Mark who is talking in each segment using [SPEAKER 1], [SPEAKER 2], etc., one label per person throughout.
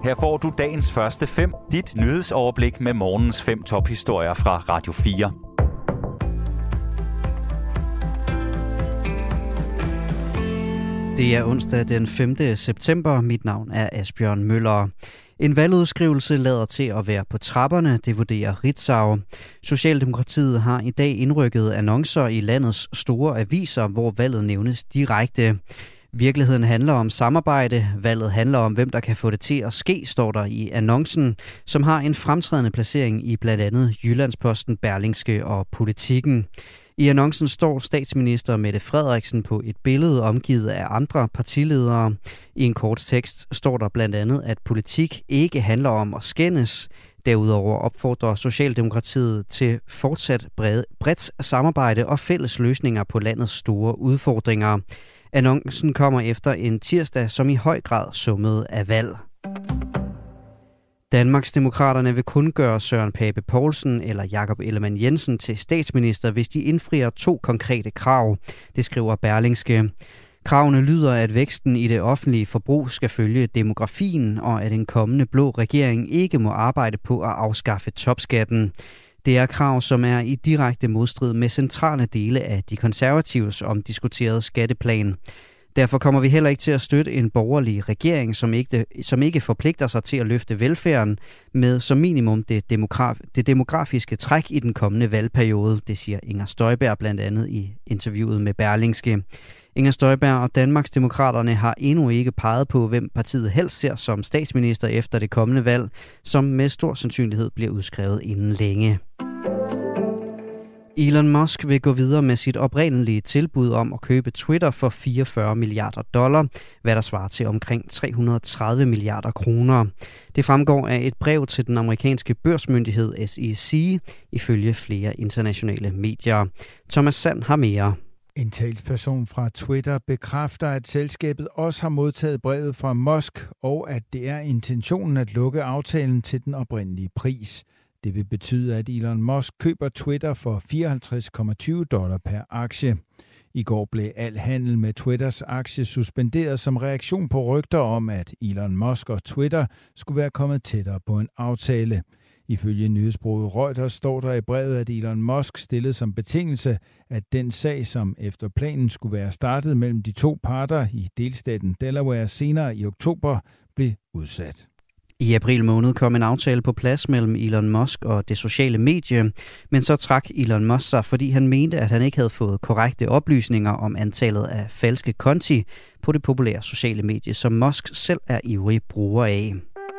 [SPEAKER 1] Her får du dagens første 5, dit nyhedsoverblik med morgens 5 tophistorier fra Radio 4.
[SPEAKER 2] Det er onsdag den 5. september. Mit navn er Asbjørn Møller. En valgudskrivelse lader til at være på trapperne, det vurderer Ritzau. Socialdemokratiet har i dag indrykket annoncer i landets store aviser, hvor valget nævnes direkte. Virkeligheden handler om samarbejde. Valget handler om, hvem der kan få det til at ske, står der i annoncen, som har en fremtrædende placering i blandt andet Jyllandsposten, Berlingske og Politikken. I annoncen står statsminister Mette Frederiksen på et billede omgivet af andre partiledere. I en kort tekst står der blandt andet, at politik ikke handler om at skændes. Derudover opfordrer Socialdemokratiet til fortsat bredt samarbejde og fælles løsninger på landets store udfordringer. Annoncen kommer efter en tirsdag, som i høj grad summede af valg. Danmarksdemokraterne vil kun gøre Søren Pape Poulsen eller Jakob Ellemann-Jensen til statsminister, hvis de indfrier 2 konkrete krav. Det skriver Berlingske. Kravene lyder, at væksten i det offentlige forbrug skal følge demografien, og at en kommende blå regering ikke må arbejde på at afskaffe topskatten. Det er krav, som er i direkte modstrid med centrale dele af de konservatives omdiskuterede skatteplan. Derfor kommer vi heller ikke til at støtte en borgerlig regering, som ikke forpligter sig til at løfte velfærden med som minimum det demografiske træk i den kommende valgperiode, det siger Inger Støjberg blandt andet i interviewet med Berlingske. Inger Støjberg og Danmarksdemokraterne har endnu ikke peget på, hvem partiet helst ser som statsminister efter det kommende valg, som med stor sandsynlighed bliver udskrevet inden længe. Elon Musk vil gå videre med sit oprindelige tilbud om at købe Twitter for $44 milliarder, hvad der svarer til omkring 330 milliarder kroner. Det fremgår af et brev til den amerikanske børsmyndighed SEC, ifølge flere internationale medier. Thomas Sand har mere.
[SPEAKER 3] En talsperson fra Twitter bekræfter, at selskabet også har modtaget brevet fra Musk, og at det er intentionen at lukke aftalen til den oprindelige pris. Det vil betyde, at Elon Musk køber Twitter for $54,20 per aktie. I går blev al handel med Twitters aktie suspenderet som reaktion på rygter om, at Elon Musk og Twitter skulle være kommet tættere på en aftale. Ifølge nyhedsbureauet Reuters står der i brevet, at Elon Musk stillede som betingelse, at den sag, som efter planen skulle være startet mellem de 2 parter i delstaten Delaware senere i oktober, blev udsat.
[SPEAKER 2] I april måned kom en aftale på plads mellem Elon Musk og det sociale medie, men så trak Elon Musk sig, fordi han mente, at han ikke havde fået korrekte oplysninger om antallet af falske konti på det populære sociale medie, som Musk selv er ivrig bruger af.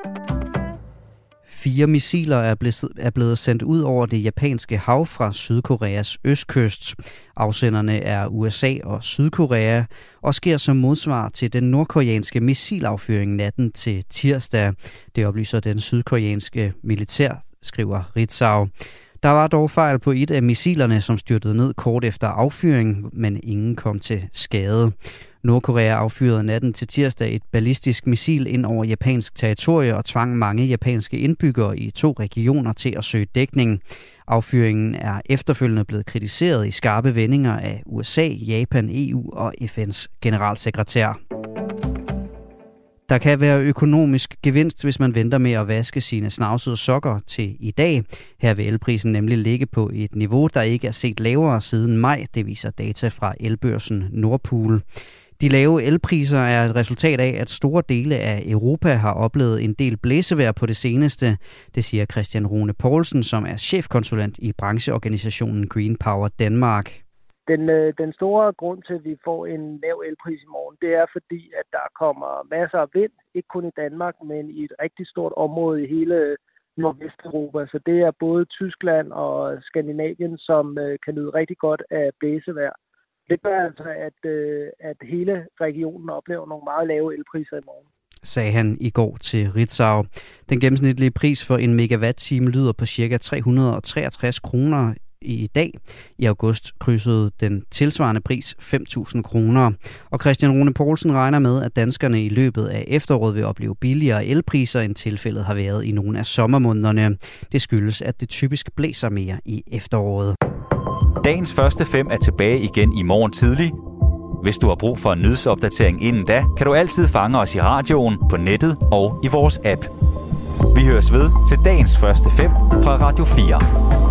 [SPEAKER 2] 4 missiler er blevet sendt ud over det japanske hav fra Sydkoreas østkyst. Afsenderne er USA og Sydkorea og sker som modsvar til den nordkoreanske missilaffyring natten til tirsdag. Det oplyser den sydkoreanske militær, skriver Ritzau. Der var dog fejl på et af missilerne, som styrtede ned kort efter affyring, men ingen kom til skade. Nordkorea affyrede natten til tirsdag et ballistisk missil ind over japansk territorie og tvang mange japanske indbyggere i 2 regioner til at søge dækning. Affyringen er efterfølgende blevet kritiseret i skarpe vendinger af USA, Japan, EU og FN's generalsekretær. Der kan være økonomisk gevinst, hvis man venter med at vaske sine snavsede sokker til i dag. Her vil elprisen nemlig ligge på et niveau, der ikke er set lavere siden maj. Det viser data fra elbørsen Nordpool. De lave elpriser er et resultat af, at store dele af Europa har oplevet en del blæsevejr på det seneste. Det siger Christian Rune Poulsen, som er chefkonsulent i brancheorganisationen Green Power Danmark.
[SPEAKER 4] Den store grund til, at vi får en lav elpris i morgen, det er fordi, at der kommer masser af vind, ikke kun i Danmark, men i et rigtig stort område i hele Nordvesteuropa. Så det er både Tyskland og Skandinavien, som kan nyde rigtig godt af blæsevejr. Det gør altså, at hele regionen oplever nogle meget lave elpriser i morgen,
[SPEAKER 2] sagde han i går til Ritzau. Den gennemsnitlige pris for en megawatt-time lyder på ca. 363 kroner i dag. I august krydsede den tilsvarende pris 5.000 kroner. Og Christian Rune Poulsen regner med, at danskerne i løbet af efteråret vil opleve billigere elpriser, end tilfældet har været i nogle af sommermånederne. Det skyldes, at det typisk blæser mere i efteråret.
[SPEAKER 1] Dagens første 5 er tilbage igen i morgen tidlig. Hvis du har brug for en nyhedsopdatering inden da, kan du altid fange os i radioen, på nettet og i vores app. Vi høres ved til dagens første 5 fra Radio 4.